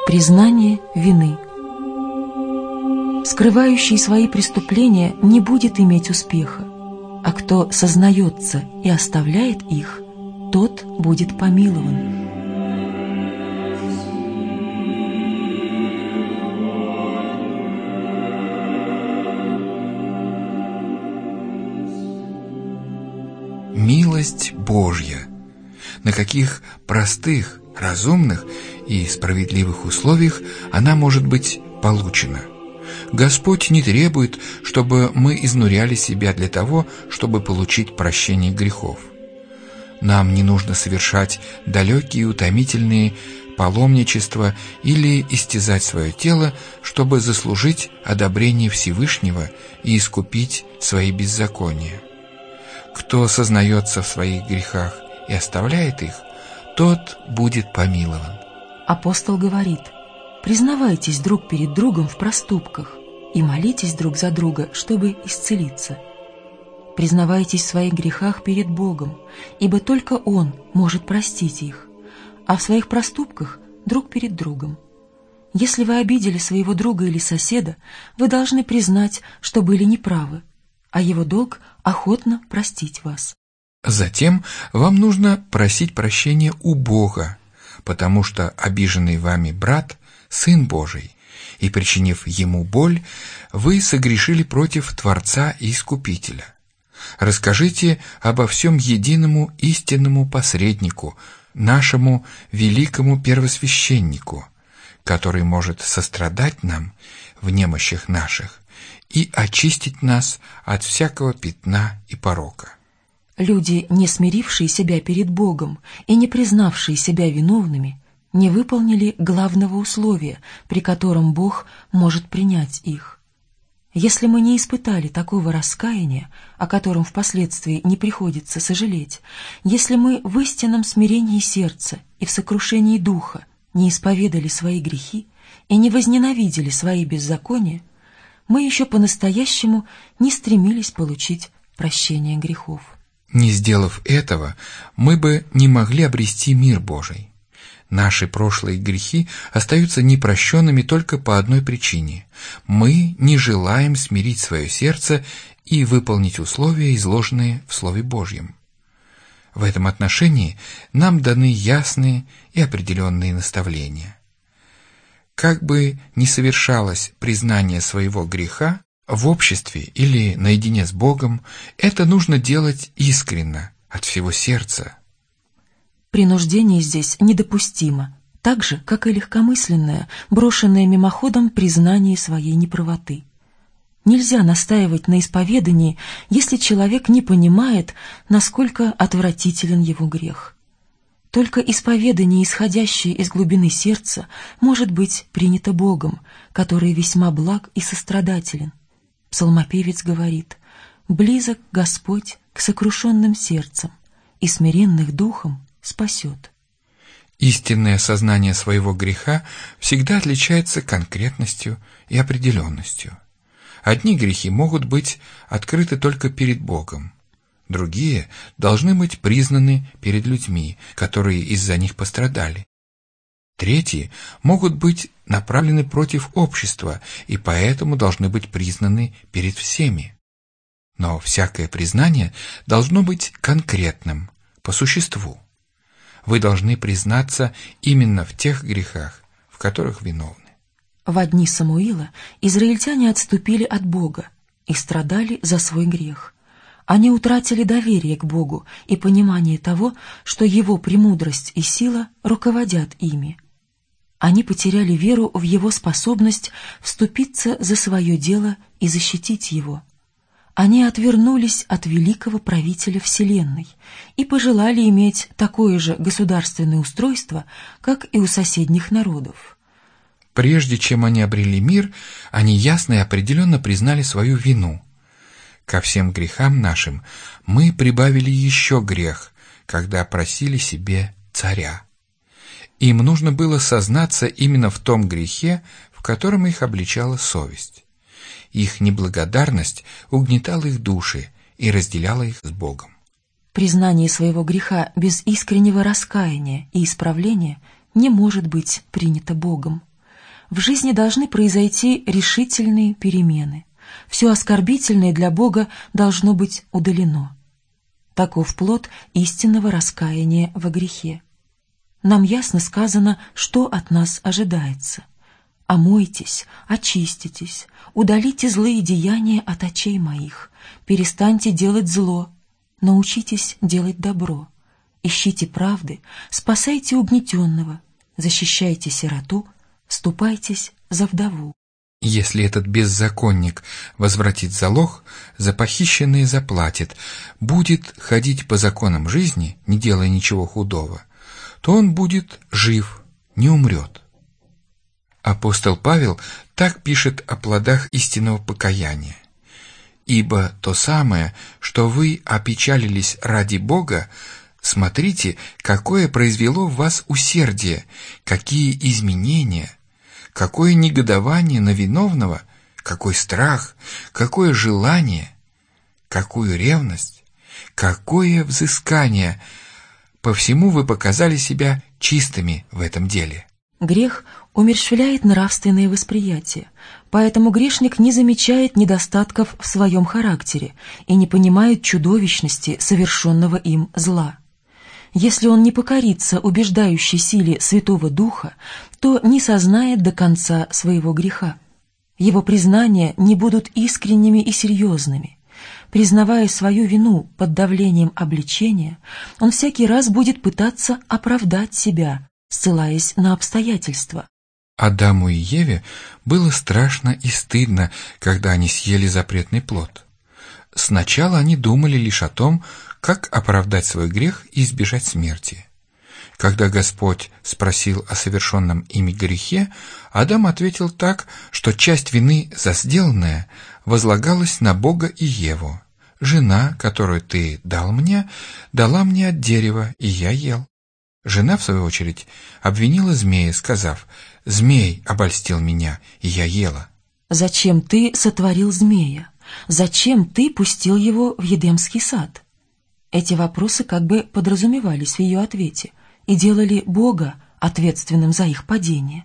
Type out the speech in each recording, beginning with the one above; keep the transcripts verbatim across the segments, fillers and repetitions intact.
Признание вины. Скрывающий свои преступления не будет иметь успеха, а кто сознается и оставляет их, тот будет помилован. Милость Божья. На каких простых, разумных и справедливых условиях она может быть получена? Господь не требует, чтобы мы изнуряли себя для того, чтобы получить прощение грехов. Нам не нужно совершать далекие и утомительные паломничества или истязать свое тело, чтобы заслужить одобрение Всевышнего и искупить свои беззакония. Кто сознается в своих грехах и оставляет их, тот будет помилован. Апостол говорит: признавайтесь друг перед другом в проступках и молитесь друг за друга, чтобы исцелиться. Признавайтесь в своих грехах перед Богом, ибо только Он может простить их, а в своих проступках друг перед другом. Если вы обидели своего друга или соседа, вы должны признать, что были неправы, а его долг — охотно простить вас. Затем вам нужно просить прощения у Бога, потому что обиженный вами брат — Сын Божий, и, причинив ему боль, вы согрешили против Творца и Искупителя. Расскажите обо всем единому истинному посреднику, нашему великому первосвященнику, который может сострадать нам в немощах наших и очистить нас от всякого пятна и порока. Люди, не смирившие себя перед Богом и не признавшие себя виновными, не выполнили главного условия, при котором Бог может принять их. Если мы не испытали такого раскаяния, о котором впоследствии не приходится сожалеть, если мы в истинном смирении сердца и в сокрушении духа не исповедали свои грехи и не возненавидели свои беззакония, мы еще по-настоящему не стремились получить прощение грехов. Не сделав этого, мы бы не могли обрести мир Божий. Наши прошлые грехи остаются непрощенными только по одной причине. Мы не желаем смирить свое сердце и выполнить условия, изложенные в Слове Божьем. В этом отношении нам даны ясные и определенные наставления. Как бы ни совершалось признание своего греха, в обществе или наедине с Богом, это нужно делать искренно, от всего сердца. Принуждение здесь недопустимо, так же, как и легкомысленное, брошенное мимоходом признание своей неправоты. Нельзя настаивать на исповедании, если человек не понимает, насколько отвратителен его грех. Только исповедание, исходящее из глубины сердца, может быть принято Богом, который весьма благ и сострадателен. Псалмопевец говорит: «Близок Господь к сокрушенным сердцам, и смиренных духом спасет». Истинное сознание своего греха всегда отличается конкретностью и определенностью. Одни грехи могут быть открыты только перед Богом, другие должны быть признаны перед людьми, которые из-за них пострадали. Третьи могут быть направлены против общества и поэтому должны быть признаны перед всеми. Но всякое признание должно быть конкретным, по существу. Вы должны признаться именно в тех грехах, в которых виновны. В дни Самуила израильтяне отступили от Бога и страдали за свой грех. Они утратили доверие к Богу и понимание того, что Его премудрость и сила руководят ими. Они потеряли веру в Его способность вступиться за свое дело и защитить его. Они отвернулись от великого правителя Вселенной и пожелали иметь такое же государственное устройство, как и у соседних народов. Прежде чем они обрели мир, они ясно и определенно признали свою вину. Ко всем грехам нашим мы прибавили еще грех, когда просили себе царя. Им нужно было сознаться именно в том грехе, в котором их обличала совесть. Их неблагодарность угнетала их души и разделяла их с Богом. Признание своего греха без искреннего раскаяния и исправления не может быть принято Богом. В жизни должны произойти решительные перемены. Все оскорбительное для Бога должно быть удалено. Таков плод истинного раскаяния во грехе. Нам ясно сказано, что от нас ожидается. «Омойтесь, очиститесь, удалите злые деяния от очей моих, перестаньте делать зло, научитесь делать добро, ищите правды, спасайте угнетенного, защищайте сироту, вступайтесь за вдову». Если этот беззаконник возвратит залог, за похищенное заплатит, будет ходить по законам жизни, не делая ничего худого, то он будет жив, не умрет. Апостол Павел так пишет о плодах истинного покаяния. «Ибо то самое, что вы опечалились ради Бога, смотрите, какое произвело в вас усердие, какие изменения, какое негодование на виновного, какой страх, какое желание, какую ревность, какое взыскание. По всему вы показали себя чистыми в этом деле». Грех умерщвляет нравственное восприятие, поэтому грешник не замечает недостатков в своем характере и не понимает чудовищности совершенного им зла. Если он не покорится убеждающей силе Святого Духа, то не сознает до конца своего греха. Его признания не будут искренними и серьезными. Признавая свою вину под давлением обличения, он всякий раз будет пытаться оправдать себя, ссылаясь на обстоятельства. Адаму и Еве было страшно и стыдно, когда они съели запретный плод. Сначала они думали лишь о том, как оправдать свой грех и избежать смерти. Когда Господь спросил о совершенном ими грехе, Адам ответил так, что часть вины за сделанное возлагалась на Бога и Еву. «Жена, которую ты дал мне, дала мне от дерева, и я ел». Жена, в свою очередь, обвинила змея, сказав: «Змей обольстил меня, и я ела». «Зачем ты сотворил змея? Зачем ты пустил его в Едемский сад?» Эти вопросы как бы подразумевались в ее ответе и делали Бога ответственным за их падение.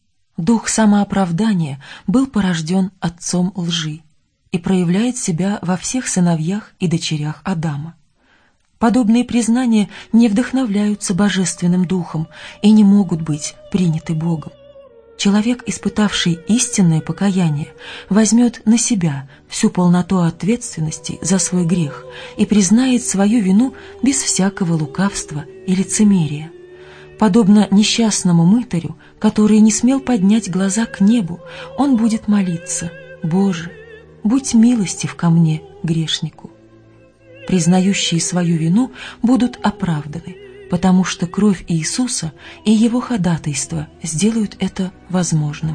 Дух самооправдания был порожден отцом лжи и проявляет себя во всех сыновьях и дочерях Адама. Подобные признания не вдохновляются Божественным Духом и не могут быть приняты Богом. Человек, испытавший истинное покаяние, возьмет на себя всю полноту ответственности за свой грех и признает свою вину без всякого лукавства и лицемерия. Подобно несчастному мытарю, который не смел поднять глаза к небу, он будет молиться: «Боже, будь милостив ко мне, грешнику». Признающие свою вину будут оправданы, потому что кровь Иисуса и Его ходатайство сделают это возможным.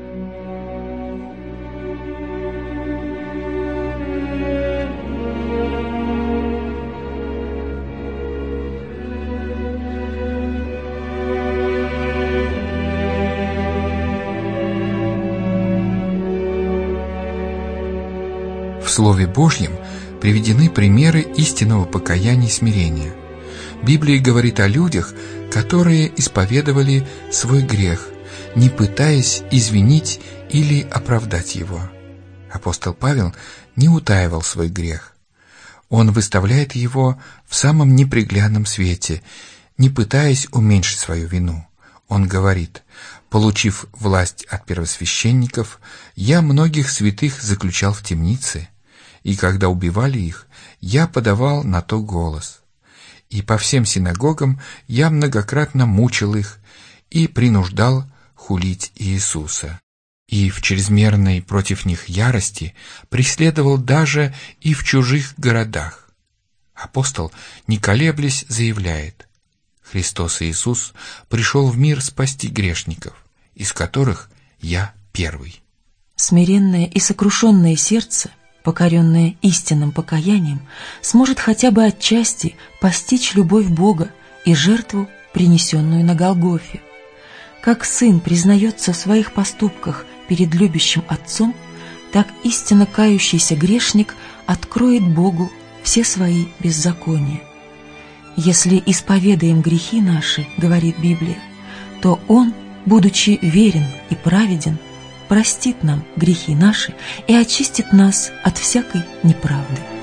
В Слове Божьем приведены примеры истинного покаяния и смирения. Библия говорит о людях, которые исповедовали свой грех, не пытаясь извинить или оправдать его. Апостол Павел не утаивал свой грех. Он выставляет его в самом неприглядном свете, не пытаясь уменьшить свою вину. Он говорит: «Получив власть от первосвященников, я многих святых заключал в темнице, и когда убивали их, я подавал на то голос. И по всем синагогам я многократно мучил их и принуждал хулить Иисуса. И в чрезмерной против них ярости преследовал даже и в чужих городах». Апостол, не колеблясь, заявляет: «Христос Иисус пришел в мир спасти грешников, из которых я первый». Смиренное и сокрушенное сердце, покоренное истинным покаянием, сможет хотя бы отчасти постичь любовь Бога и жертву, принесенную на Голгофе. Как сын признается в своих поступках перед любящим отцом, так истинно кающийся грешник откроет Богу все свои беззакония. «Если исповедаем грехи наши, — говорит Библия, — то Он, будучи верен и праведен, простит нам грехи наши и очистит нас от всякой неправды.